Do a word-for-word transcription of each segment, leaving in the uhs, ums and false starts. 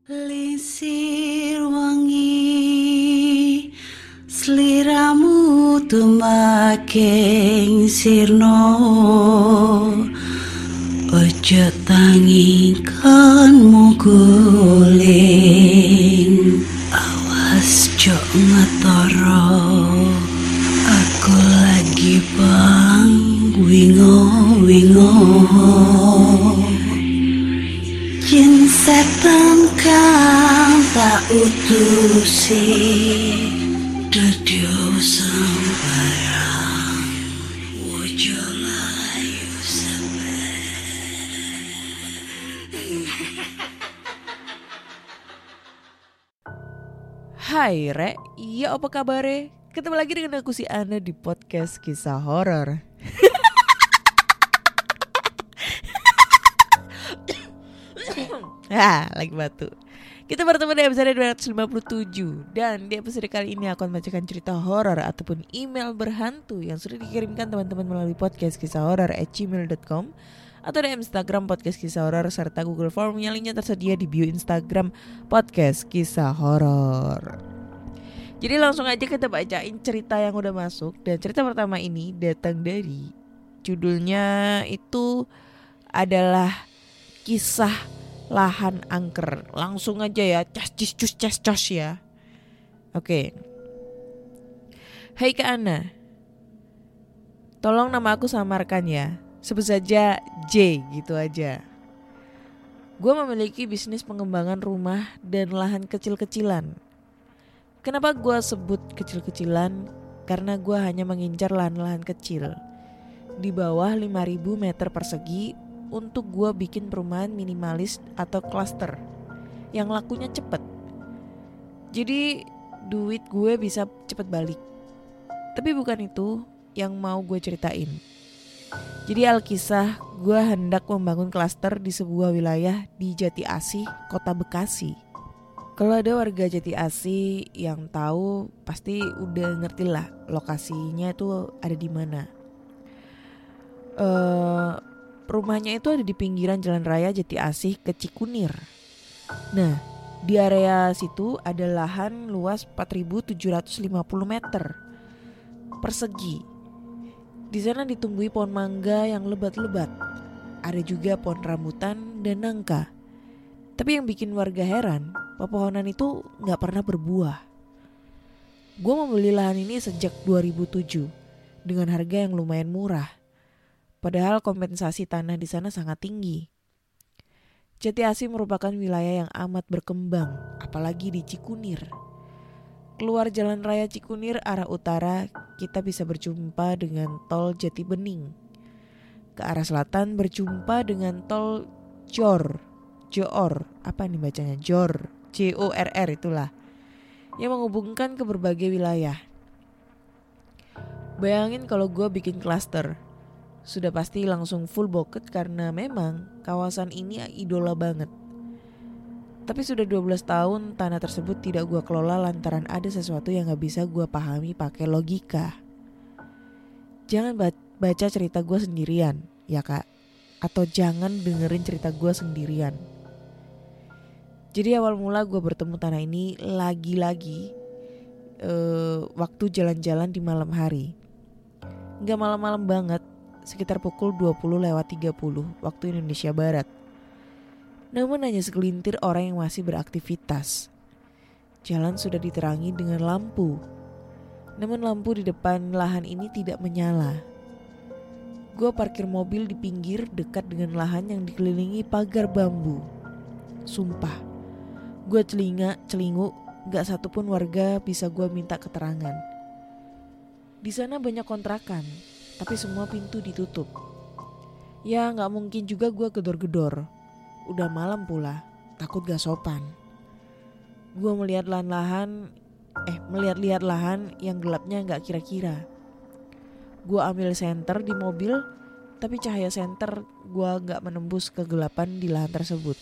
Lisir wangi sliramu tumaking sirno, ojo tangi kanmu guling, awas jok ngetoro, aku lagi bang wingo-wingo. Jin setan kang tak utusi dadya sambarang wojo layu sampe. Hai Rek, iya apa kabare? Ketemu lagi dengan aku si Ana di podcast kisah horor. Ah, lagi batuk. Kita bertemu di episode dua ratus lima puluh tujuh. Dan di episode kali ini aku akan bacakan cerita horor ataupun email berhantu yang sudah dikirimkan teman-teman melalui podcast kisah horor at gmail dot com atau di Instagram podcast kisah horor serta Google Form yang linknya tersedia di bio Instagram podcast kisah horor. Jadi langsung aja kita bacain cerita yang udah masuk. Dan cerita pertama ini datang dari, judulnya itu adalah kisah lahan angker. Langsung aja ya, cas cis cus cas cos ya. Oke. Hai Kak Ana, tolong nama aku samarkan ya, sebut saja J gitu aja. Gue memiliki bisnis pengembangan rumah dan lahan kecil-kecilan. Kenapa gue sebut kecil-kecilan? Karena gue hanya mengincar lahan-lahan kecil di bawah lima ribu meter persegi untuk gue bikin perumahan minimalis atau cluster yang lakunya cepet. Jadi duit gue bisa cepet balik. Tapi bukan itu yang mau gue ceritain. Jadi alkisah, gue hendak membangun cluster di sebuah wilayah di Jati Asih, Kota Bekasi. Kalau ada warga Jati Asih yang tahu pasti udah ngerti lah lokasinya itu ada di mana. Uh, Rumahnya itu ada di pinggiran jalan raya Jati Asih ke Cikunir. Nah, di area situ ada lahan luas empat ribu tujuh ratus lima puluh meter persegi. Di sana ditumbuhi pohon mangga yang lebat-lebat. Ada juga pohon rambutan dan nangka. Tapi yang bikin warga heran, pepohonan itu gak pernah berbuah. Gue membeli lahan ini sejak dua ribu tujuh dengan harga yang lumayan murah. Padahal kompensasi tanah di sana sangat tinggi. Jati Asih merupakan wilayah yang amat berkembang, apalagi di Cikunir. Keluar jalan raya Cikunir arah utara, kita bisa berjumpa dengan tol Jati Bening. Ke arah selatan berjumpa dengan tol Jor, Jor, apa nih bacanya? Jor, J O R R itulah, yang menghubungkan ke berbagai wilayah. Bayangin kalau gue bikin klaster. Sudah pasti langsung full bucket karena memang kawasan ini idola banget. Tapi sudah dua belas tahun tanah tersebut tidak gue kelola lantaran ada sesuatu yang gak bisa gue pahami pakai logika. Jangan baca cerita gue sendirian ya kak. Atau jangan dengerin cerita gue sendirian. Jadi awal mula gue bertemu tanah ini lagi-lagi uh, waktu jalan-jalan di malam hari. Gak malam-malam banget, sekitar pukul dua puluh lewat tiga puluh waktu Indonesia Barat. Namun hanya segelintir orang yang masih beraktivitas. Jalan sudah diterangi dengan lampu. Namun lampu di depan lahan ini tidak menyala. Gue parkir mobil di pinggir dekat dengan lahan yang dikelilingi pagar bambu. Sumpah, gue celinga, celinguk, gak satupun warga bisa gue minta keterangan. Di sana banyak kontrakan, tapi semua pintu ditutup. Ya gak mungkin juga gue gedor-gedor. Udah malam pula, takut gak sopan. Gue melihat lahan-lahan, eh melihat-lihat lahan yang gelapnya gak kira-kira. Gue ambil senter di mobil, tapi cahaya senter gue gak menembus kegelapan di lahan tersebut.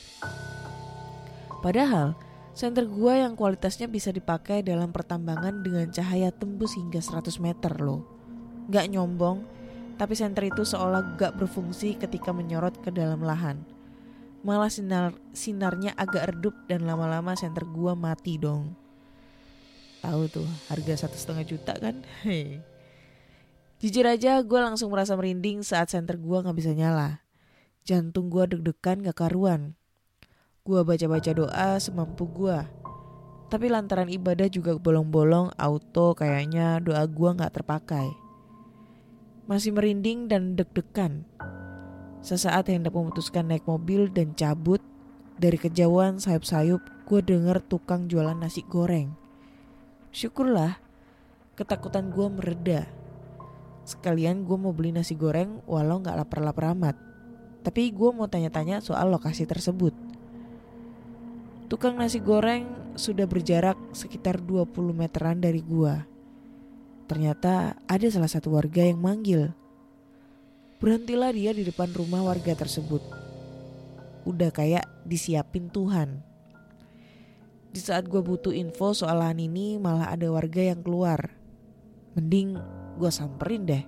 Padahal senter gue yang kualitasnya bisa dipakai dalam pertambangan dengan cahaya tembus hingga seratus meter loh. Gak nyombong, tapi senter itu seolah gak berfungsi ketika menyorot ke dalam lahan. Malah sinar sinarnya agak redup dan lama-lama senter gua mati dong. Tahu tuh harga satu setengah juta kan? Hei. Jujur aja gue langsung merasa merinding saat senter gua nggak bisa nyala. Jantung gua deg-degan gak karuan. Gua baca-baca doa semampu gua. Tapi lantaran ibadah juga bolong-bolong auto kayaknya doa gua nggak terpakai. Masih merinding dan deg-degan. Sesaat hendak memutuskan naik mobil dan cabut, dari kejauhan sayup-sayup gue denger tukang jualan nasi goreng. Syukurlah ketakutan gue mereda. Sekalian gue mau beli nasi goreng walau gak lapar-lapar amat. Tapi gue mau tanya-tanya soal lokasi tersebut. Tukang nasi goreng sudah berjarak sekitar dua puluh meteran dari gue. Ternyata ada salah satu warga yang manggil. Berhentilah dia di depan rumah warga tersebut. Udah kayak disiapin Tuhan. Di saat gue butuh info soal lahan ini malah ada warga yang keluar. Mending gue samperin deh.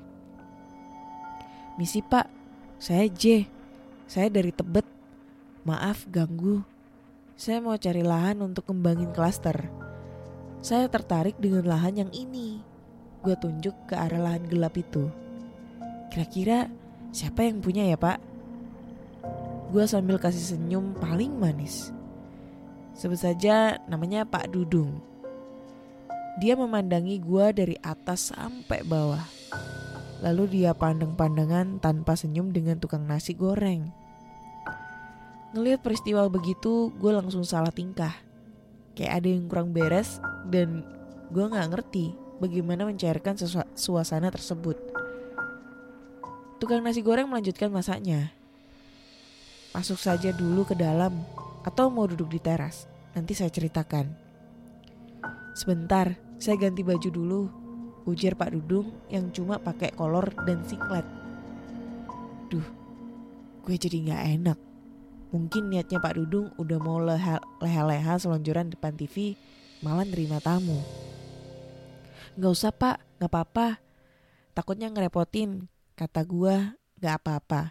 Misi pak, saya J. Saya dari Tebet. Maaf ganggu. Saya mau cari lahan untuk kembangin klaster. Saya tertarik dengan lahan yang ini. Gue tunjuk ke arah lahan gelap itu. Kira-kira siapa yang punya ya pak? Gue sambil kasih senyum paling manis. Sebut saja namanya Pak Dudung. Dia memandangi gue dari atas sampai bawah. Lalu dia pandang-pandangan tanpa senyum dengan tukang nasi goreng. Ngelihat peristiwa begitu gue langsung salah tingkah. Kayak ada yang kurang beres dan gue gak ngerti bagaimana mencairkan suasana tersebut. Tukang nasi goreng melanjutkan masaknya. Masuk saja dulu ke dalam atau mau duduk di teras? Nanti saya ceritakan. Sebentar, saya ganti baju dulu, ujar Pak Dudung yang cuma pakai kolor dan singlet. Duh, gue jadi gak enak. Mungkin niatnya Pak Dudung udah mau leha-leha selonjoran depan T V, malah nerima tamu. Gak usah pak, gak apa-apa. Takutnya ngerepotin. Kata gua gak apa-apa.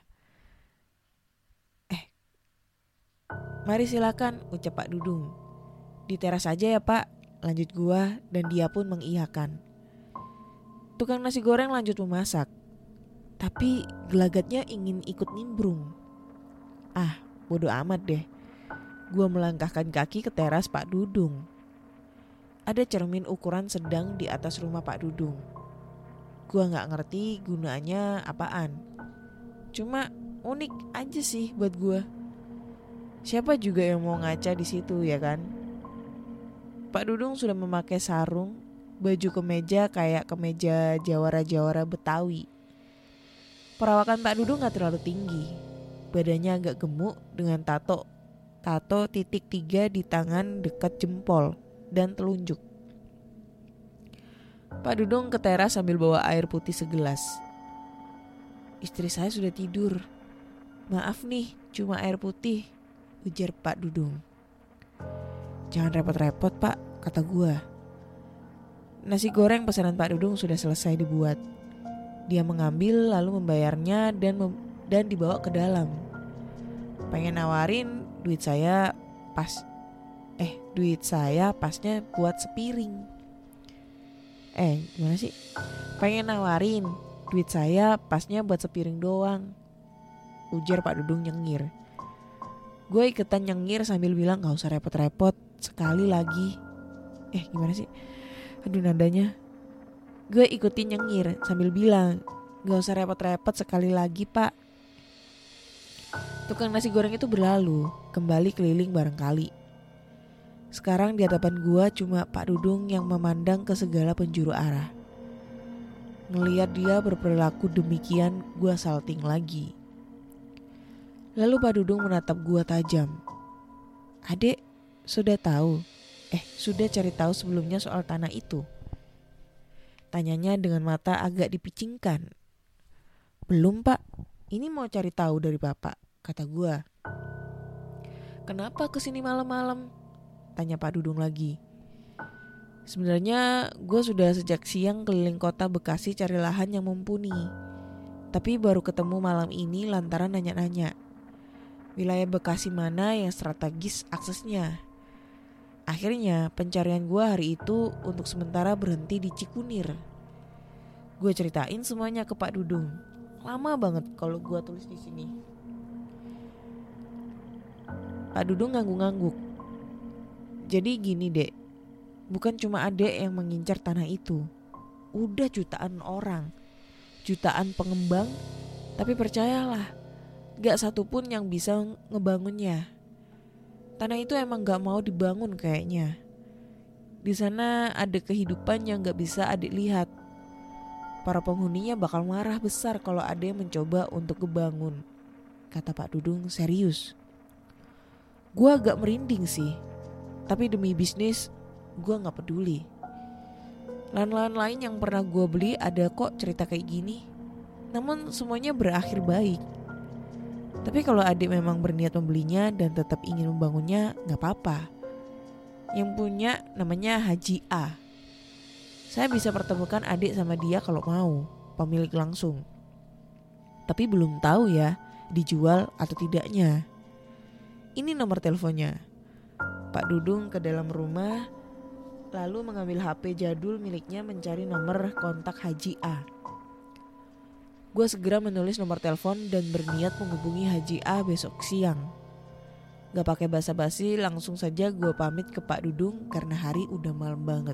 Eh, mari silakan, ucap Pak Dudung. Di teras aja ya pak, lanjut gua dan dia pun mengiyakan. Tukang nasi goreng lanjut memasak. Tapi gelagatnya ingin ikut nimbrung. Ah, bodo amat deh. Gua melangkahkan kaki ke teras Pak Dudung. Ada cermin ukuran sedang di atas rumah Pak Dudung. Gua gak ngerti gunaannya apaan. Cuma unik aja sih buat gua. Siapa juga yang mau ngaca di situ ya kan? Pak Dudung sudah memakai sarung, baju kemeja kayak kemeja jawara-jawara Betawi. Perawakan Pak Dudung gak terlalu tinggi. Badannya agak gemuk dengan tato Tato titik tiga di tangan dekat jempol dan telunjuk. Pak Dudung ke teras sambil bawa air putih segelas. Istri saya sudah tidur. Maaf nih, cuma air putih, ujar Pak Dudung. Jangan repot-repot pak, kata gua. Nasi goreng pesanan Pak Dudung sudah selesai dibuat. Dia mengambil lalu membayarnya dan mem- dan dibawa ke dalam. Pengen nawarin duit saya pas eh duit saya pasnya buat sepiring. Eh gimana sih? Pengen nawarin duit saya pasnya buat sepiring doang, ujar Pak Dudung nyengir. Gue ikutan nyengir sambil bilang gak usah repot-repot, sekali lagi. Eh gimana sih? Aduh nadanya. Gue ikutin nyengir sambil bilang gak usah repot-repot, sekali lagi pak. Tukang nasi goreng itu berlalu, kembali keliling barangkali. Sekarang di hadapan gua cuma Pak Dudung yang memandang ke segala penjuru arah. Ngelihat dia berperilaku demikian, gua salting lagi. Lalu Pak Dudung menatap gua tajam. Adek, sudah tahu? Eh, sudah cari tahu sebelumnya soal tanah itu? Tanyanya dengan mata agak dipicingkan. Belum pak, ini mau cari tahu dari bapak, kata gua. Kenapa kesini malam-malam? Tanya Pak Dudung lagi. Sebenarnya gue sudah sejak siang keliling kota Bekasi cari lahan yang mumpuni. Tapi baru ketemu malam ini lantaran nanya-nanya. wilayah Bekasi mana yang strategis aksesnya. Akhirnya pencarian gue hari itu untuk sementara berhenti di Cikunir. Gue ceritain semuanya ke Pak Dudung. Lama banget kalau gue tulis di sini. Pak Dudung ngangguk-ngangguk. Jadi gini dek, bukan cuma adek yang mengincar tanah itu. Udah jutaan orang, jutaan pengembang. Tapi percayalah, gak satupun yang bisa ngebangunnya. Tanah itu emang gak mau dibangun kayaknya. Di sana ada kehidupan yang gak bisa adik lihat. Para penghuninya bakal marah besar kalau ada yang mencoba untuk ngebangun, kata Pak Dudung serius. Gua agak merinding sih, tapi demi bisnis gua gak peduli. Lahan-lahan lain yang pernah gua beli ada kok cerita kayak gini. Namun semuanya berakhir baik. Tapi kalau adik memang berniat membelinya dan tetap ingin membangunnya, gak apa-apa. Yang punya namanya Haji A. Saya bisa pertemukan adik sama dia kalau mau, pemilik langsung. Tapi belum tahu ya, dijual atau tidaknya. Ini nomor teleponnya. Pak Dudung ke dalam rumah, lalu mengambil H P jadul miliknya mencari nomor kontak Haji A. Gue segera menulis nomor telepon dan berniat menghubungi Haji A besok siang. Gak pakai basa-basi, langsung saja gue pamit ke Pak Dudung karena hari udah malam banget.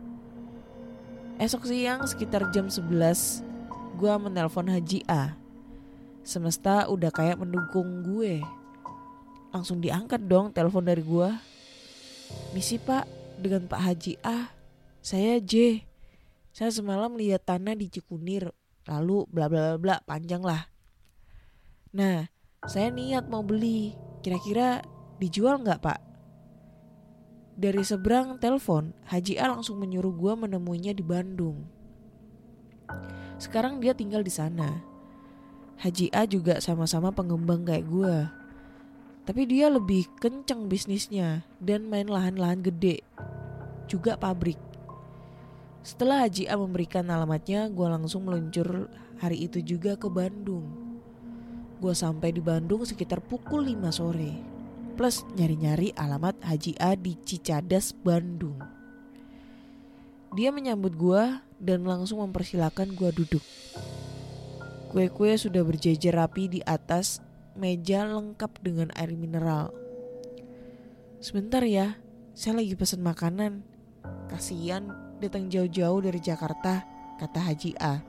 Esok siang sekitar jam sebelas, gue menelpon Haji A. Semesta udah kayak mendukung gue. Langsung diangkat dong telepon dari gue. Misi Pak, dengan Pak Haji A. Saya J. Saya semalam lihat tanah di Cikunir. Lalu bla bla bla panjang lah. Nah, saya niat mau beli. Kira-kira dijual nggak Pak? Dari seberang telepon, Haji A langsung menyuruh gue menemuinya di Bandung. Sekarang dia tinggal di sana. Haji A juga sama-sama pengembang kayak gue. Tapi dia lebih kenceng bisnisnya dan main lahan-lahan gede. Juga pabrik. Setelah Haji A memberikan alamatnya, gue langsung meluncur hari itu juga ke Bandung. Gue sampai di Bandung sekitar pukul lima sore. Plus nyari-nyari alamat Haji A di Cicadas, Bandung. Dia menyambut gue dan langsung mempersilahkan gue duduk. Kue-kue sudah berjejer rapi di atas meja lengkap dengan air mineral. Sebentar ya, saya lagi pesan makanan. Kasian datang jauh-jauh dari Jakarta, kata Haji A.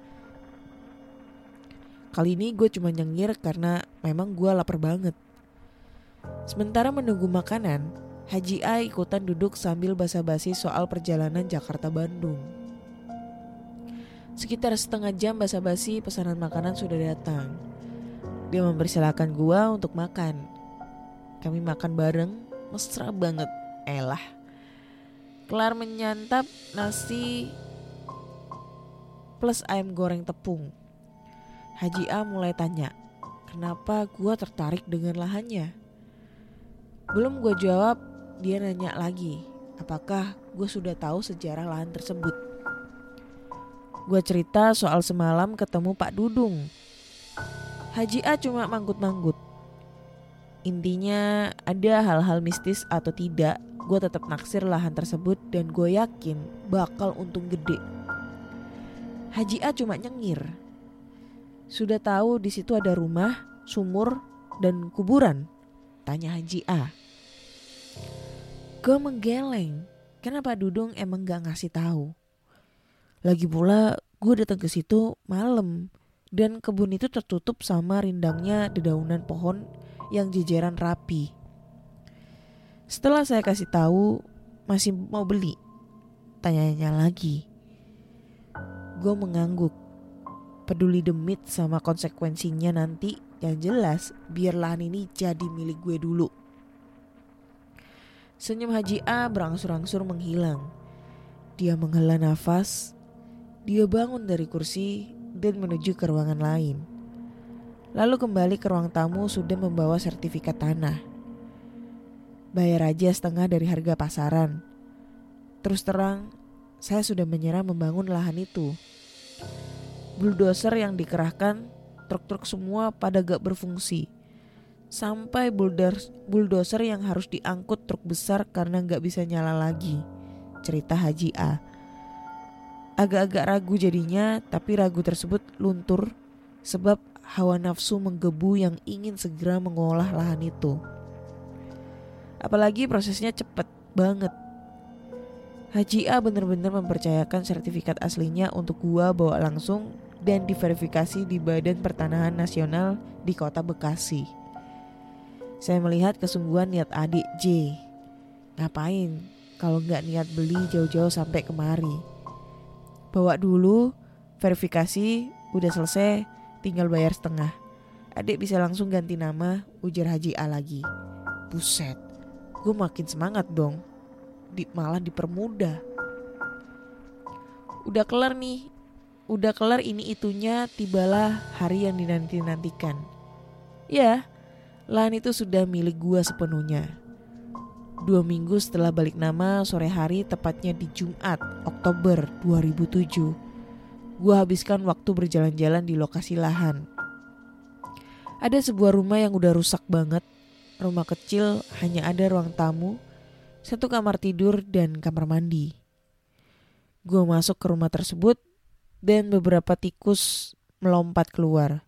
Kali ini gue cuma nyengir karena memang gue lapar banget. Sementara menunggu makanan, Haji A ikutan duduk sambil basa-basi soal perjalanan Jakarta-Bandung. Sekitar setengah jam basa-basi, pesanan makanan sudah datang. Dia mempersilahkan gue untuk makan. Kami makan bareng, mesra banget. Elah. Kelar menyantap nasi plus ayam goreng tepung, Haji A mulai tanya, kenapa gue tertarik dengan lahannya. Belum gue jawab, dia nanya lagi, apakah gue sudah tahu sejarah lahan tersebut. Gue cerita soal semalam ketemu Pak Dudung. Haji A cuma manggut-manggut. Intinya ada hal-hal mistis atau tidak, gue tetap naksir lahan tersebut dan gue yakin bakal untung gede. Haji A cuma nyengir. Sudah tahu di situ ada rumah, sumur, dan kuburan? Tanya Haji A. Gue menggeleng, karena Pak Dudung emang gak ngasih tahu. Lagi pula gue datang ke situ malam dan kebun itu tertutup sama rindangnya dedaunan pohon yang jejeran rapi. Setelah saya kasih tahu, masih mau beli? Tanyanya lagi. Gue mengangguk. Peduli demit sama konsekuensinya nanti. Yang jelas, biar lahan ini jadi milik gue dulu. Senyum Haji A berangsur-angsur menghilang. Dia menghela nafas. Dia bangun dari kursi dan menuju ke ruangan lain. Lalu kembali ke ruang tamu sudah membawa sertifikat tanah. Bayar aja setengah dari harga pasaran. Terus terang, saya sudah menyerah membangun lahan itu. Bulldozer yang dikerahkan, truk-truk semua pada gak berfungsi. sampai bulldozer, bulldozer yang harus diangkut truk besar karena gak bisa nyala lagi. Cerita Haji A. Agak-agak ragu jadinya, tapi ragu tersebut luntur sebab hawa nafsu menggebu yang ingin segera mengolah lahan itu. Apalagi prosesnya cepet banget. Haji A benar-benar mempercayakan sertifikat aslinya untuk gua bawa langsung dan diverifikasi di Badan Pertanahan Nasional di Kota Bekasi. Saya melihat kesungguhan niat adik J. Ngapain kalau nggak niat beli jauh-jauh sampai kemari? Bawa dulu, verifikasi, udah selesai, tinggal bayar setengah. Adik bisa langsung ganti nama, ujar Haji A lagi. Buset, gue makin semangat dong. Di, malah dipermudah. Udah kelar nih, udah kelar ini itunya, tibalah hari yang dinanti-nantikan. Ya, lahan itu sudah milik gua sepenuhnya. Dua minggu setelah balik nama, sore hari tepatnya di Jumat, Oktober dua ribu tujuh, gua habiskan waktu berjalan-jalan di lokasi lahan. Ada sebuah rumah yang udah rusak banget. Rumah kecil, hanya ada ruang tamu, satu kamar tidur dan kamar mandi. Gue masuk ke rumah tersebut dan beberapa tikus melompat keluar.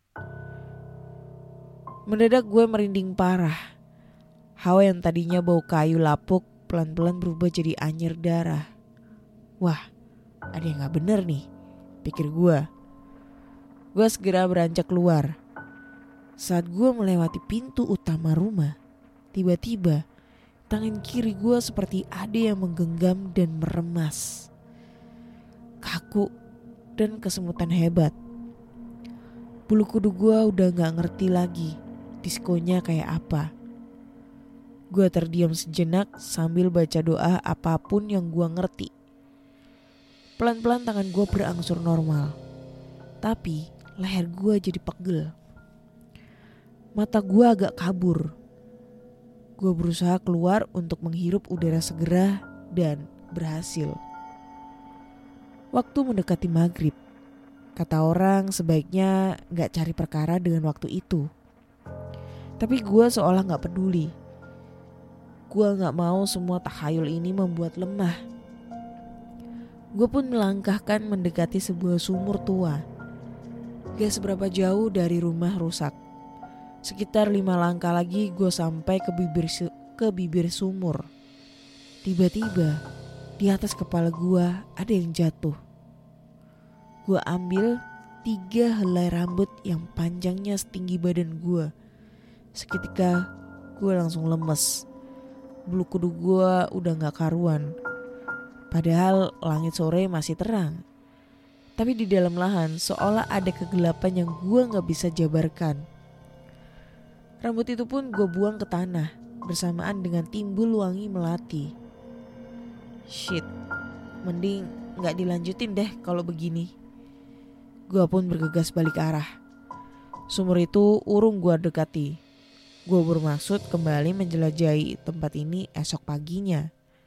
Mendadak gue merinding parah. Hawa yang tadinya bau kayu lapuk pelan-pelan berubah jadi anjir darah. Wah, ada yang gak bener nih, pikir gue. Gue segera beranjak keluar. Saat gue melewati pintu utama rumah, tiba-tiba tangan kiri gue seperti ada yang menggenggam dan meremas. Kaku dan kesemutan hebat. Bulu kudu gue udah gak ngerti lagi diskonya kayak apa. Gue terdiam sejenak sambil baca doa apapun yang gue ngerti. Pelan-pelan tangan gue berangsur normal. Tapi leher gue jadi pegel. Mata gue agak kabur. Gue berusaha keluar untuk menghirup udara segera dan berhasil. Waktu mendekati maghrib. Kata orang sebaiknya gak cari perkara dengan waktu itu. Tapi gue seolah gak peduli. Gue gak mau semua takhayul ini membuat lemah. Gue pun melangkahkan mendekati sebuah sumur tua. Gak seberapa jauh dari rumah rusak. Sekitar lima langkah lagi gue sampai ke bibir ke bibir sumur. Tiba-tiba di atas kepala gue ada yang jatuh. Gue ambil tiga helai rambut yang panjangnya setinggi badan gue. Seketika gue langsung lemes. Bulu kudu gue udah gak karuan. Padahal langit sore masih terang. Tapi di dalam lahan seolah ada kegelapan yang gue gak bisa jabarkan. Rambut itu pun gue buang ke tanah bersamaan dengan timbul wangi melati. Shit, mending gak dilanjutin deh kalau begini. Gue pun bergegas balik arah. Sumur itu urung gue dekati. Gue bermaksud kembali menjelajahi tempat ini esok paginya.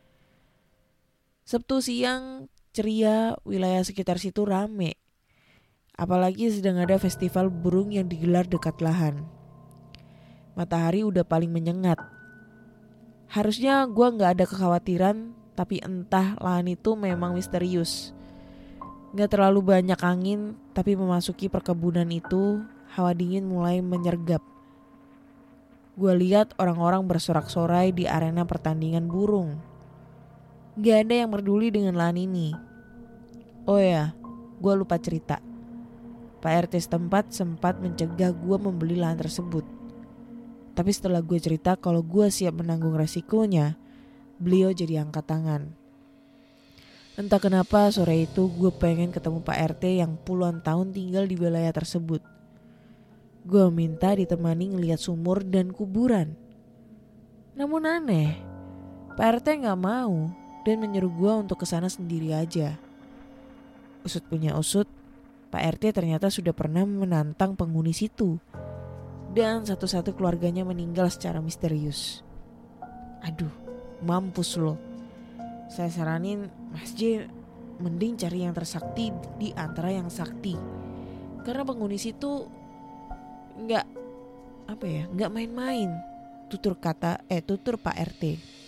Sabtu siang ceria, wilayah sekitar situ rame. Apalagi sedang ada festival burung yang digelar dekat lahan. Matahari udah paling menyengat. Harusnya gue gak ada kekhawatiran, tapi entah lahan itu memang misterius. Gak terlalu banyak angin, tapi memasuki perkebunan itu, hawa dingin mulai menyergap. Gue lihat orang-orang bersorak-sorai di arena pertandingan burung. Gak ada yang peduli dengan lahan ini. Oh ya, gue lupa cerita. Pak R T setempat sempat mencegah gue membeli lahan tersebut. Tapi setelah gue cerita kalau gue siap menanggung resikonya, beliau jadi angkat tangan. Entah kenapa sore itu gue pengen ketemu Pak R T yang puluhan tahun tinggal di wilayah tersebut. Gue minta ditemani ngeliat sumur dan kuburan. Namun aneh, Pak R T gak mau dan menyuruh gue untuk kesana sendiri aja. Usut punya usut, Pak R T ternyata sudah pernah menantang penghuni situ. Dan satu-satu keluarganya meninggal secara misterius. Aduh, mampus lo. Saya saranin Mas J mending cari yang tersakti di antara yang sakti. Karena penghuni situ Gak apa ya, nggak main-main. Tutur kata, eh tutur Pak R T.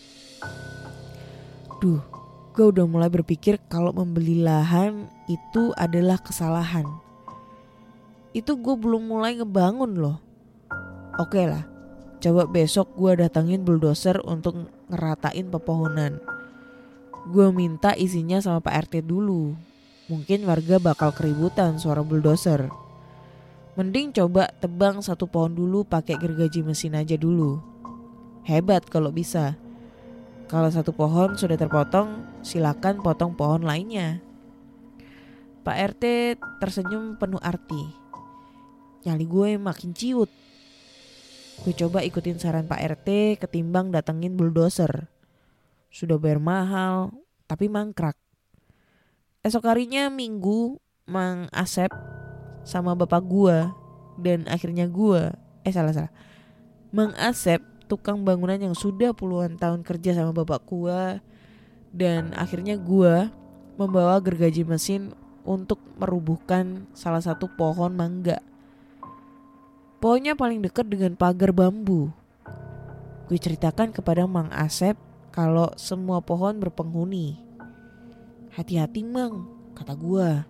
Duh, gue udah mulai berpikir kalau membeli lahan itu adalah kesalahan. Itu gue belum mulai ngebangun loh. Oke lah, coba besok gue datangin bulldozer untuk ngeratain pepohonan. Gue minta isinya sama Pak R T dulu. Mungkin warga bakal keributan suara bulldozer. Mending coba tebang satu pohon dulu pakai gergaji mesin aja dulu. Hebat kalau bisa. Kalau satu pohon sudah terpotong, silakan potong pohon lainnya. Pak R T tersenyum penuh arti. Nyali gue makin ciut. Gue coba ikutin saran Pak R T ketimbang datengin bulldozer. Sudah bayar mahal, tapi mangkrak. Esok harinya Minggu, Mang Asep sama bapak gua dan akhirnya gua, eh salah salah. Mang Asep, tukang bangunan yang sudah puluhan tahun kerja sama bapak gua, dan akhirnya gua membawa gergaji mesin untuk merubuhkan salah satu pohon mangga. Pohonnya paling dekat dengan pagar bambu. Gue ceritakan kepada Mang Asep kalau semua pohon berpenghuni. Hati-hati Mang, kata gua.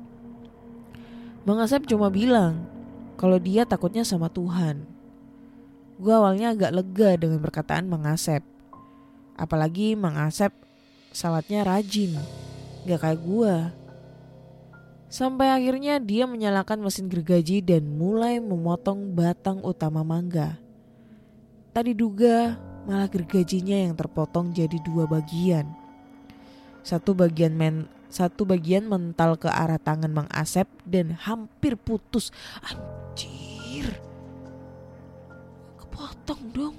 Mang Asep cuma bilang kalau dia takutnya sama Tuhan. Gua awalnya agak lega dengan perkataan Mang Asep. Apalagi Mang Asep salatnya rajin, gak kayak gua. Sampai akhirnya dia menyalakan mesin gergaji dan mulai memotong batang utama mangga. Tadi duga malah gergajinya yang terpotong jadi dua bagian. Satu bagian men, satu bagian mental ke arah tangan Mang Asep dan hampir putus. Anjir, kepotong dong.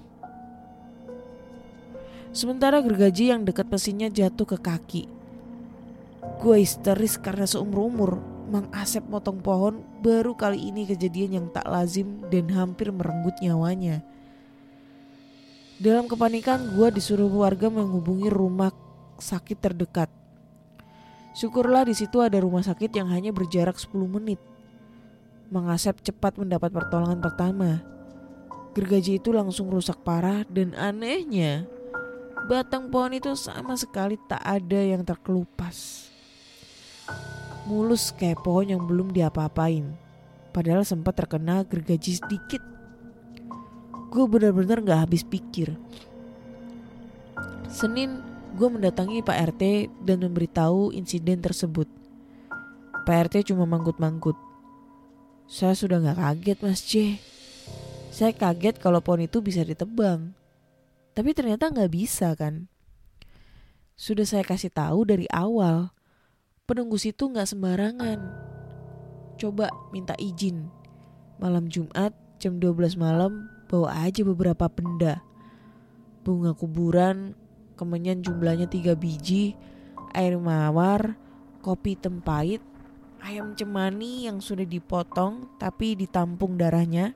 Sementara gergaji yang dekat mesinnya jatuh ke kaki. Gue histeris karena seumur umur Mang Asep motong pohon baru kali ini kejadian yang tak lazim dan hampir merenggut nyawanya. Dalam kepanikan gue disuruh warga menghubungi rumah sakit terdekat. Syukurlah di situ ada rumah sakit yang hanya berjarak sepuluh menit. Mang Asep cepat mendapat pertolongan pertama. Gergaji itu langsung rusak parah dan anehnya batang pohon itu sama sekali tak ada yang terkelupas. Mulus kayak pohon yang belum diapa-apain. Padahal sempat terkena gergaji sedikit. Gue benar-benar gak habis pikir. Senin gue mendatangi Pak R T dan memberitahu insiden tersebut. Pak R T cuma manggut-manggut. Saya sudah gak kaget Mas C. Saya kaget kalau pohon itu bisa ditebang. Tapi ternyata gak bisa kan. Sudah saya kasih tahu dari awal. Penunggu situ gak sembarangan. Coba minta izin. Malam Jumat jam dua belas malam bawa aja beberapa benda. Bunga kuburan, kemenyan jumlahnya tiga biji, air mawar, kopi hitam pahit, ayam cemani yang sudah dipotong tapi ditampung darahnya.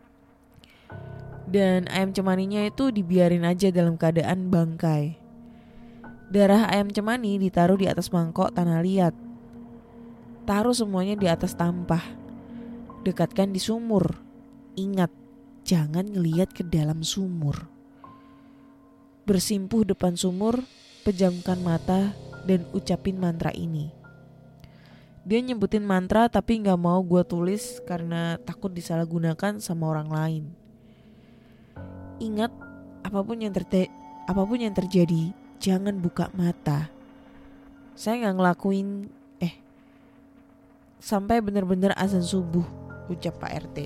Dan ayam cemaninya itu dibiarin aja dalam keadaan bangkai. Darah ayam cemani ditaruh di atas mangkok tanah liat. Taruh semuanya di atas tampah. Dekatkan di sumur. Ingat, jangan ngelihat ke dalam sumur. Bersimpuh depan sumur, pejamkan mata dan ucapin mantra ini. Dia nyebutin mantra tapi gak mau gue tulis karena takut disalahgunakan sama orang lain. Ingat, apapun yang, terte- apapun yang terjadi, jangan buka mata. Saya gak ngelakuin, eh, sampai benar-benar azan subuh, ucap Pak R T.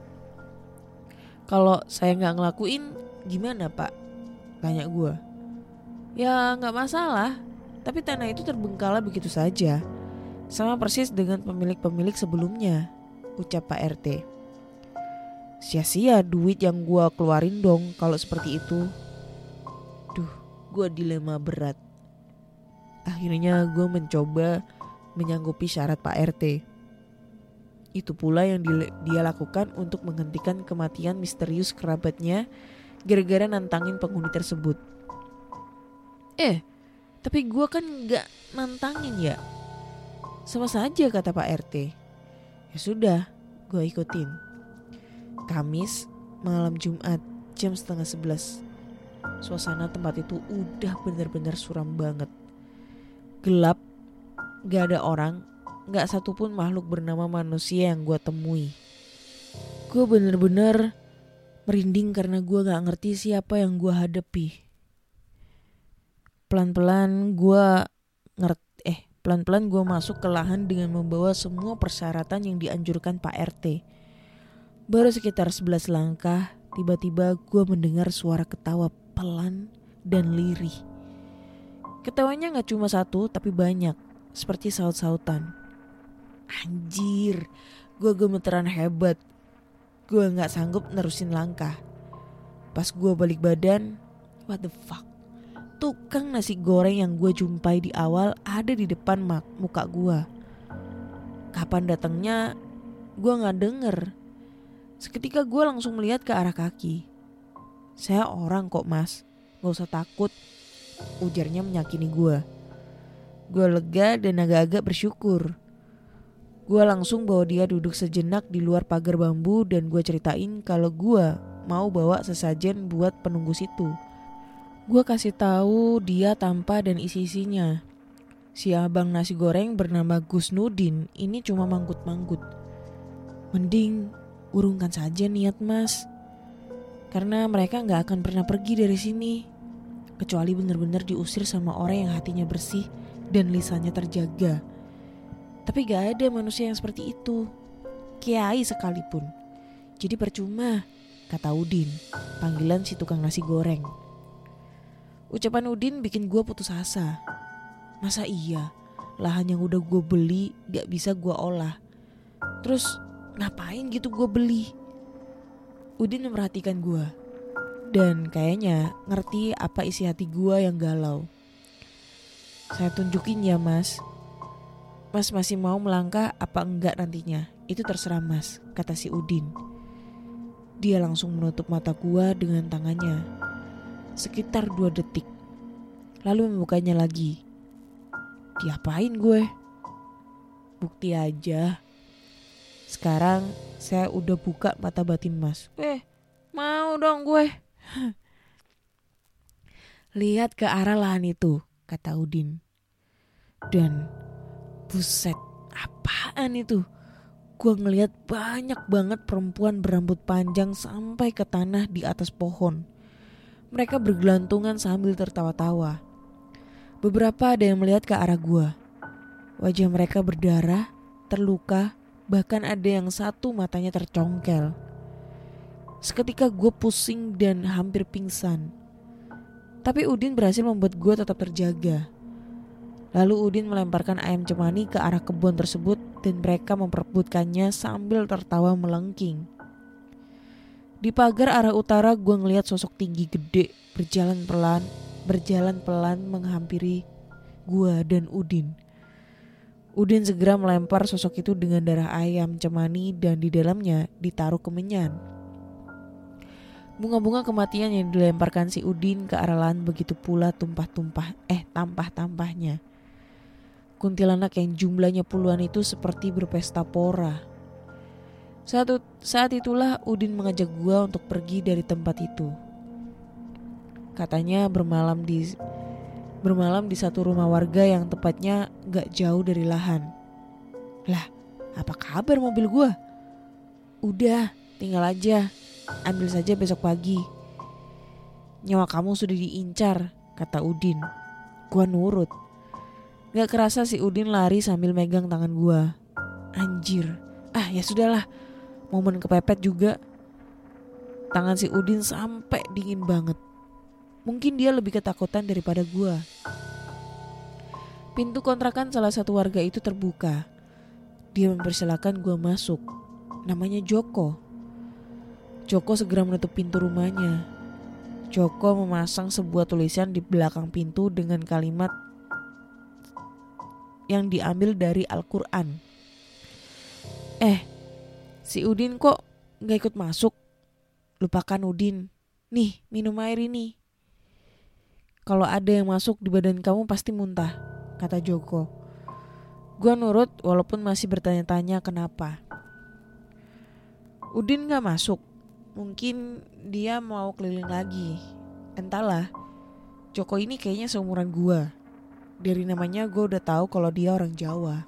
Kalau saya gak ngelakuin, gimana Pak? Tanya gue. Ya gak masalah, tapi tanah itu terbengkalai begitu saja. Sama persis dengan pemilik-pemilik sebelumnya, ucap Pak R T. Sia-sia duit yang gue keluarin dong kalau seperti itu. Duh, gue dilema berat. Akhirnya gue mencoba menyanggupi syarat Pak R T. Itu pula yang dia lakukan untuk menghentikan kematian misterius kerabatnya gara-gara nantangin penghuni tersebut. Eh, tapi gue kan gak nantangin ya. Sama saja kata Pak R T. Ya sudah, gue ikutin. Kamis malam Jumat jam setengah sebelas. Suasana tempat itu udah bener-bener suram banget. Gelap, gak ada orang, gak satupun makhluk bernama manusia yang gue temui. Gue bener-bener merinding karena gue gak ngerti siapa yang gue hadapi. Pelan-pelan gue ngerti, eh pelan-pelan gue masuk ke lahan dengan membawa semua persyaratan yang dianjurkan Pak R T. Baru sekitar sebelas langkah, tiba-tiba gue mendengar suara ketawa pelan dan lirih. Ketawanya gak cuma satu tapi banyak, seperti saut-sautan. Anjir, gue gemeteran hebat. Gue gak sanggup nerusin langkah. Pas gue balik badan, what the fuck? Tukang nasi goreng yang gue jumpai di awal ada di depan mak- muka gue. Kapan datangnya, gue gak denger. Seketika gue langsung melihat ke arah kaki. Saya orang kok mas, gak usah takut, ujarnya menyakini gue. Gue lega dan agak-agak bersyukur. Gue langsung bawa dia duduk sejenak di luar pagar bambu dan gue ceritain kalau gue mau bawa sesajen buat penunggu situ. Gue kasih tahu dia tanpa dan isi-isinya. Si abang nasi goreng bernama Gus Nudin ini cuma manggut-manggut. Mending urungkan saja niat mas, karena mereka gak akan pernah pergi dari sini, kecuali benar-benar diusir sama orang yang hatinya bersih dan lisannya terjaga. Tapi gak ada manusia yang seperti itu, kiai sekalipun. Jadi percuma, kata Udin, panggilan si tukang nasi goreng. Ucapan Udin bikin gue putus asa. Masa iya lahan yang udah gue beli gak bisa gue olah? Terus ngapain gitu gue beli? Udin memperhatikan gue dan kayaknya ngerti apa isi hati gue yang galau. Saya tunjukin ya mas. Mas masih mau melangkah apa enggak nantinya? Itu terserah mas, kata si Udin. Dia langsung menutup mata gue dengan tangannya sekitar dua detik, lalu membukanya lagi. Diapain gue? Bukti aja. Sekarang saya udah buka mata batin mas. Eh, mau dong gue. Lihat ke arah lahan itu, kata Udin. Dan buset, apaan itu? Gue ngeliat banyak banget perempuan berambut panjang sampai ke tanah di atas pohon. Mereka bergelantungan sambil tertawa-tawa. Beberapa ada yang melihat ke arah gue. Wajah mereka berdarah, terluka, bahkan ada yang satu matanya tercongkel. Seketika gue pusing dan hampir pingsan. Tapi Udin berhasil membuat gue tetap terjaga. Lalu Udin melemparkan ayam cemani ke arah kebun tersebut dan mereka memperebutkannya sambil tertawa melengking. Di pagar arah utara gue ngeliat sosok tinggi gede berjalan pelan, berjalan pelan menghampiri gue dan Udin. Udin segera melempar sosok itu dengan darah ayam cemani dan di dalamnya ditaruh kemenyan. Bunga-bunga kematian yang dilemparkan si Udin ke arah lahan begitu pula tumpah-tumpah eh tampah-tampahnya. Kuntilanak yang jumlahnya puluhan itu seperti berpesta pora. Saat, saat itulah Udin mengajak gue untuk pergi dari tempat itu. Katanya bermalam di bermalam di satu rumah warga yang tepatnya gak jauh dari lahan. Lah, apa kabar mobil gue? Udah, tinggal aja. Ambil saja besok pagi. Nyawa kamu sudah diincar, kata Udin. Gue nurut. Gak kerasa si Udin lari sambil megang tangan gue. Anjir, ah ya sudahlah. Momen kepepet juga. Tangan si Udin sampai dingin banget. Mungkin dia lebih ketakutan daripada gue. Pintu kontrakan salah satu warga itu terbuka. Dia mempersilahkan gue masuk. Namanya Joko. Joko segera menutup pintu rumahnya. Joko memasang sebuah tulisan di belakang pintu dengan kalimat yang diambil dari Al-Quran. Eh, si Udin kok gak ikut masuk? Lupakan Udin. Nih, minum air ini. Kalau ada yang masuk di badan kamu pasti muntah, kata Joko. Gua nurut walaupun masih bertanya-tanya kenapa. Udin gak masuk. Mungkin dia mau keliling lagi. Entahlah. Joko ini kayaknya seumuran gue. Dari namanya gue udah tahu kalau dia orang Jawa.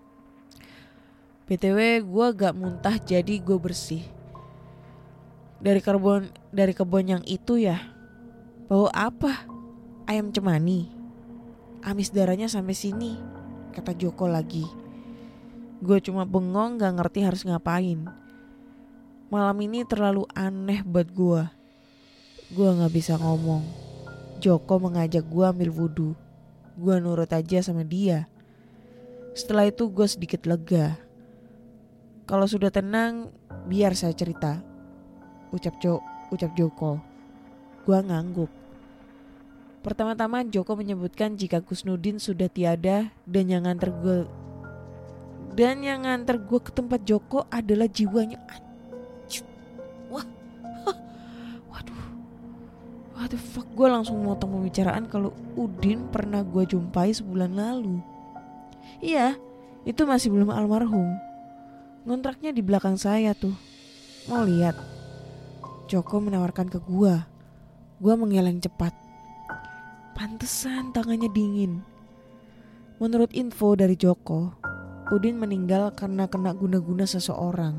B T W gue gak muntah jadi gue bersih. Dari kebun dari kebun yang itu ya. Bau apa? Ayam cemani. Amis darahnya sampai sini, kata Joko lagi. Gue cuma bengong gak ngerti harus ngapain. Malam ini terlalu aneh buat gue. Gue gak bisa ngomong. Joko mengajak gue ambil wudhu. Gue nurut aja sama dia. Setelah itu gue sedikit lega. Kalau sudah tenang, biar saya cerita, Ucap Jo, ucap Joko. Gue ngangguk. Pertama-tama Joko menyebutkan jika Kusnudin sudah tiada dan yang nganter gue dan yang nganter gue ke tempat Joko adalah jiwanya. Wah, waduh, what the fuck, gue langsung motong pembicaraan kalau Udin pernah gue jumpai sebulan lalu. Iya, itu masih belum almarhum. Ngontraknya di belakang saya tuh. Mau lihat? Joko menawarkan ke gue. Gue mengeleng cepat. Pantesan tangannya dingin. Menurut info dari Joko, Udin meninggal karena kena guna-guna seseorang.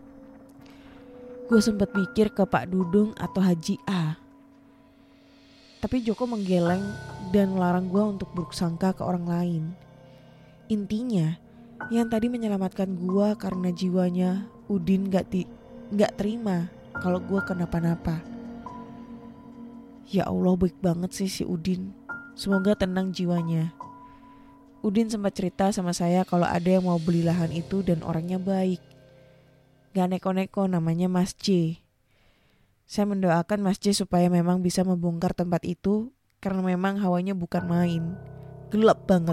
Gue sempat pikir ke Pak Dudung atau Haji A. Tapi Joko menggeleng dan melarang gue untuk bersangka ke orang lain. Intinya, yang tadi menyelamatkan gue karena jiwanya Udin gak, ti- gak terima kalau gue kenapa-napa. Ya Allah, baik banget sih si Udin. Semoga tenang jiwanya. Udin sempat cerita sama saya kalau ada yang mau beli lahan itu dan orangnya baik. Gak neko-neko, namanya Mas J. Saya mendoakan Mas J supaya memang bisa membongkar tempat itu karena memang hawanya bukan main. Gelap banget.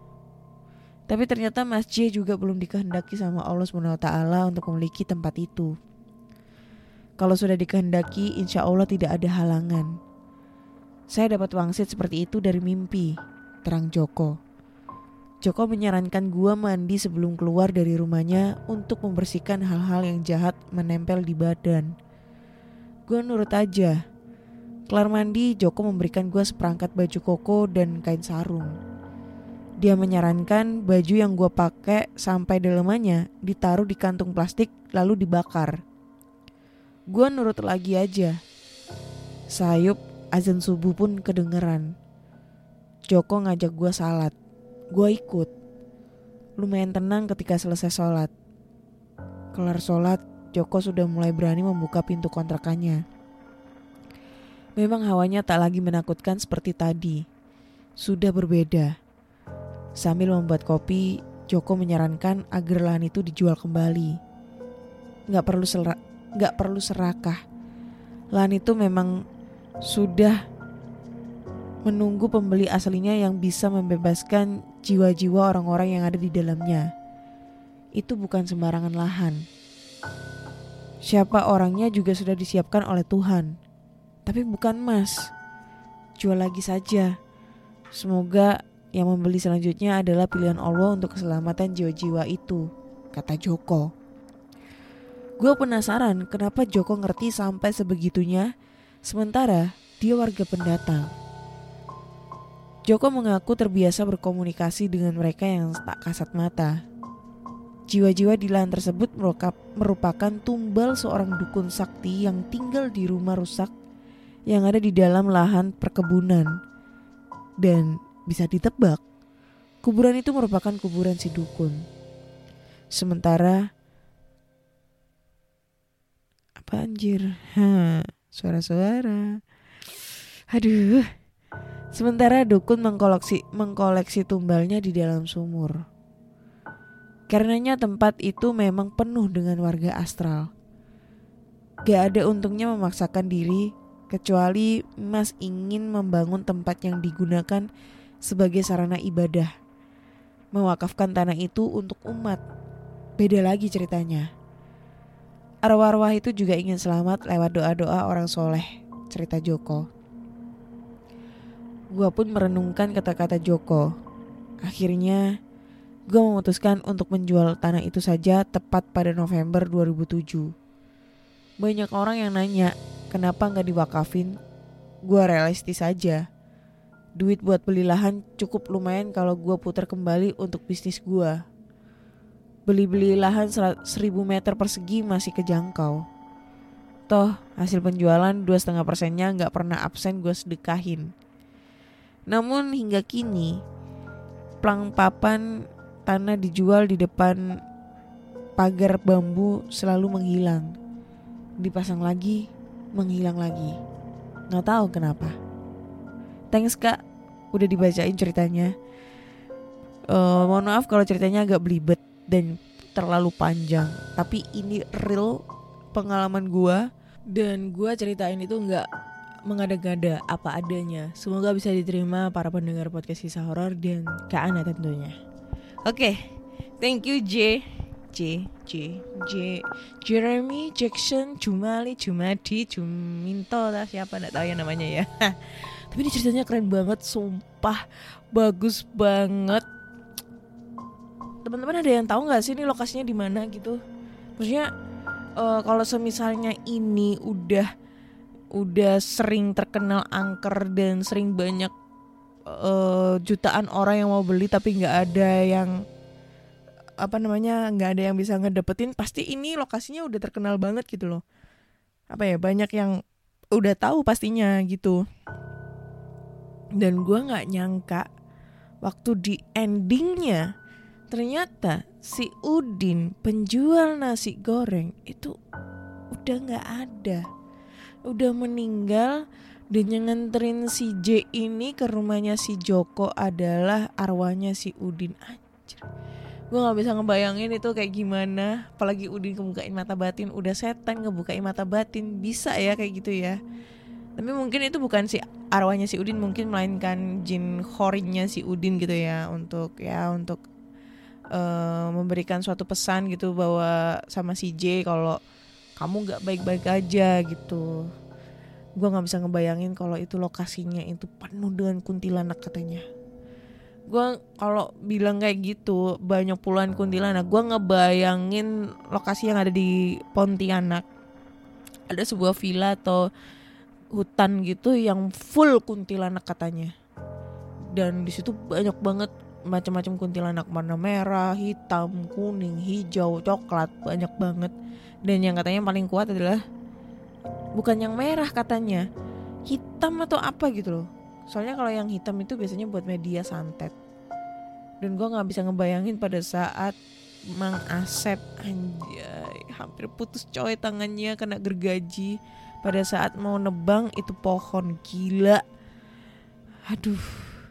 Tapi ternyata Mas J juga belum dikehendaki sama Allah subhanahu wa taala untuk memiliki tempat itu. Kalau sudah dikehendaki, insya Allah tidak ada halangan. Saya dapat wangsit seperti itu dari mimpi, terang Joko. Joko menyarankan gua mandi sebelum keluar dari rumahnya untuk membersihkan hal-hal yang jahat menempel di badan. Gua nurut aja. Kelar mandi, Joko memberikan gua seperangkat baju koko dan kain sarung. Dia menyarankan baju yang gua pakai sampai dalamannya ditaruh di kantung plastik lalu dibakar. Gua nurut lagi aja. Sayup azan subuh pun kedengeran. Joko ngajak gue salat. Gue ikut. Lumayan tenang ketika selesai sholat. Kelar sholat, Joko sudah mulai berani membuka pintu kontrakannya. Memang hawanya tak lagi menakutkan seperti tadi. Sudah berbeda. Sambil membuat kopi, Joko menyarankan agar lahan itu dijual kembali. Gak perlu, sera- gak perlu serakah. Lahan itu memang sudah menunggu pembeli aslinya yang bisa membebaskan jiwa-jiwa orang-orang yang ada di dalamnya. Itu bukan sembarangan lahan. Siapa orangnya juga sudah disiapkan oleh Tuhan. Tapi bukan Mas. Jual lagi saja. Semoga yang membeli selanjutnya adalah pilihan Allah untuk keselamatan jiwa-jiwa itu, kata Joko. Gue penasaran kenapa Joko ngerti sampai sebegitunya. Sementara dia warga pendatang. Joko mengaku terbiasa berkomunikasi dengan mereka yang tak kasat mata. Jiwa-jiwa di lahan tersebut merupakan tumbal seorang dukun sakti yang tinggal di rumah rusak yang ada di dalam lahan perkebunan. Dan bisa ditebak, kuburan itu merupakan kuburan si dukun. Sementara apa anjir? Hah. Suara-suara. Aduh. Sementara dukun mengkoleksi, mengkoleksi tumbalnya di dalam sumur. Karenanya tempat itu memang penuh dengan warga astral. Gak ada untungnya memaksakan diri, kecuali Mas ingin membangun tempat yang digunakan sebagai sarana ibadah, mewakafkan tanah itu untuk umat. Beda lagi ceritanya. Arwah-arwah itu juga ingin selamat lewat doa-doa orang soleh, cerita Joko. Gua pun merenungkan kata-kata Joko. Akhirnya gue memutuskan untuk menjual tanah itu saja tepat pada November dua ribu tujuh. banyak orang yang nanya kenapa gak diwakafin. Gue realistis aja, duit buat beli lahan cukup lumayan kalau gue putar kembali untuk bisnis gue. Beli-beli lahan seribu meter persegi masih kejangkau. Toh hasil penjualan dua koma lima persennya gak pernah absen gue sedekahin. Namun hingga kini plang papan tanah dijual di depan pagar bambu selalu menghilang. Dipasang lagi, menghilang lagi. Gak tahu kenapa. Thanks kak, udah dibacain ceritanya. uh, Mohon maaf kalau ceritanya agak belibet dan terlalu panjang, tapi ini real pengalaman gue. Dan gue ceritain itu gak mengada-gada, apa adanya. Semoga bisa diterima para pendengar podcast kisah horor dan Kak Ana tentunya. Oke, okay. Thank you J J J J Jeremy Jackson Jumali Jumadi Juminto lah, siapa nggak tahu ya namanya ya. Tapi ini ceritanya keren banget, sumpah bagus banget. Teman-teman ada yang tahu nggak sih ini lokasinya di mana gitu? Maksudnya uh, kalau semisalnya ini udah udah sering terkenal angker dan sering banyak uh, jutaan orang yang mau beli tapi nggak ada yang apa namanya nggak ada yang bisa ngedapetin, pasti ini lokasinya udah terkenal banget gitu loh. Apa ya, banyak yang udah tahu pastinya gitu. Dan gue nggak nyangka waktu di endingnya ternyata si Udin penjual nasi goreng itu udah nggak ada, udah meninggal. Dan yang nganterin si J ini ke rumahnya si Joko adalah arwahnya si Udin. Anjir, gue gak bisa ngebayangin itu kayak gimana. Apalagi Udin ngebukain mata batin, udah setan ngebukain mata batin, bisa ya kayak gitu ya. Tapi mungkin itu bukan si arwahnya si Udin, mungkin melainkan jin khorinya si Udin gitu ya. Untuk ya untuk uh, memberikan suatu pesan gitu bahwa sama si J kalau kamu gak baik-baik aja gitu. Gue gak bisa ngebayangin kalau itu lokasinya itu penuh dengan kuntilanak katanya. Gue kalau bilang kayak gitu banyak puluhan kuntilanak, gue ngebayangin lokasi yang ada di Pontianak. Ada sebuah villa atau hutan gitu yang full kuntilanak katanya. Dan di situ banyak banget macam-macam kuntilanak, warna merah, hitam, kuning, hijau, coklat, banyak banget. Dan yang katanya paling kuat adalah bukan yang merah katanya, hitam atau apa gitu loh. Soalnya kalau yang hitam itu biasanya buat media santet. Dan gue gak bisa ngebayangin pada saat Mang Asep, anjay, hampir putus coy tangannya kena gergaji pada saat mau nebang itu pohon. Gila. Aduh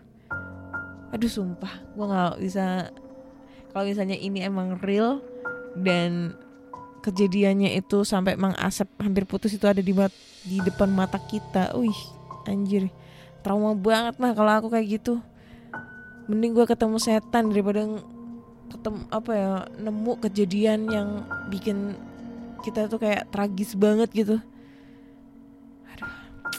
Aduh sumpah gue gak bisa. Kalau misalnya ini emang real dan kejadiannya itu sampai Mang Asep hampir putus itu ada di, mat- di depan mata kita, wih anjir, trauma banget mah kalau aku kayak gitu. Mending gue ketemu setan daripada ketemu apa ya nemu kejadian yang bikin kita tuh kayak tragis banget gitu. Aduh.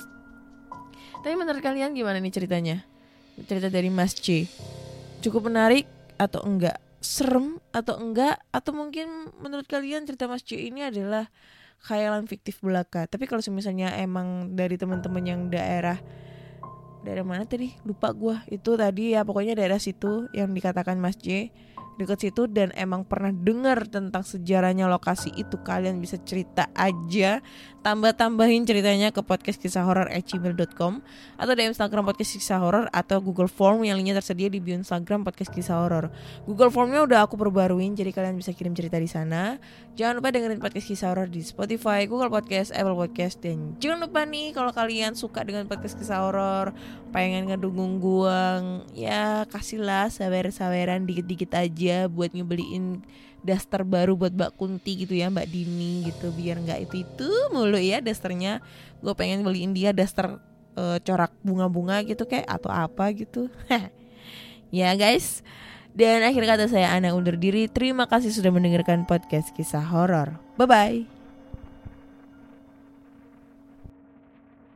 Tapi menurut kalian gimana nih ceritanya? Cerita dari Mas C cukup menarik atau enggak? Serem atau enggak? Atau mungkin menurut kalian cerita Mas C ini adalah khayalan fiktif belaka? Tapi kalau misalnya emang dari teman-teman yang daerah daerah mana tadi? Lupa gue. Itu tadi ya pokoknya daerah situ yang dikatakan Mas J, dekat situ, dan emang pernah dengar tentang sejarahnya lokasi itu, kalian bisa cerita aja, tambah-tambahin ceritanya ke podcast kisah horor at gmail dot com atau di Instagram podcast kisah horor atau Google Form yang linknya tersedia di bio Instagram podcast kisah horor. Google Formnya udah aku perbaruin, jadi kalian bisa kirim cerita di sana. Jangan lupa dengerin podcast kisah horor di Spotify, Google Podcast, Apple Podcast, dan jangan lupa nih kalau kalian suka dengan podcast kisah horor, pengen ngedukung gua, ya kasihlah sawer-saweran dikit-dikit aja buat ngebeliin daster baru buat Mbak Kunti gitu ya, Mbak Dini gitu, biar nggak itu itu mulu ya dasternya. Gue pengen beliin dia daster uh, corak bunga-bunga gitu kayak atau apa gitu. Ya guys, dan akhir kata saya Ana undur diri. Terima kasih sudah mendengarkan podcast kisah horor. Bye bye.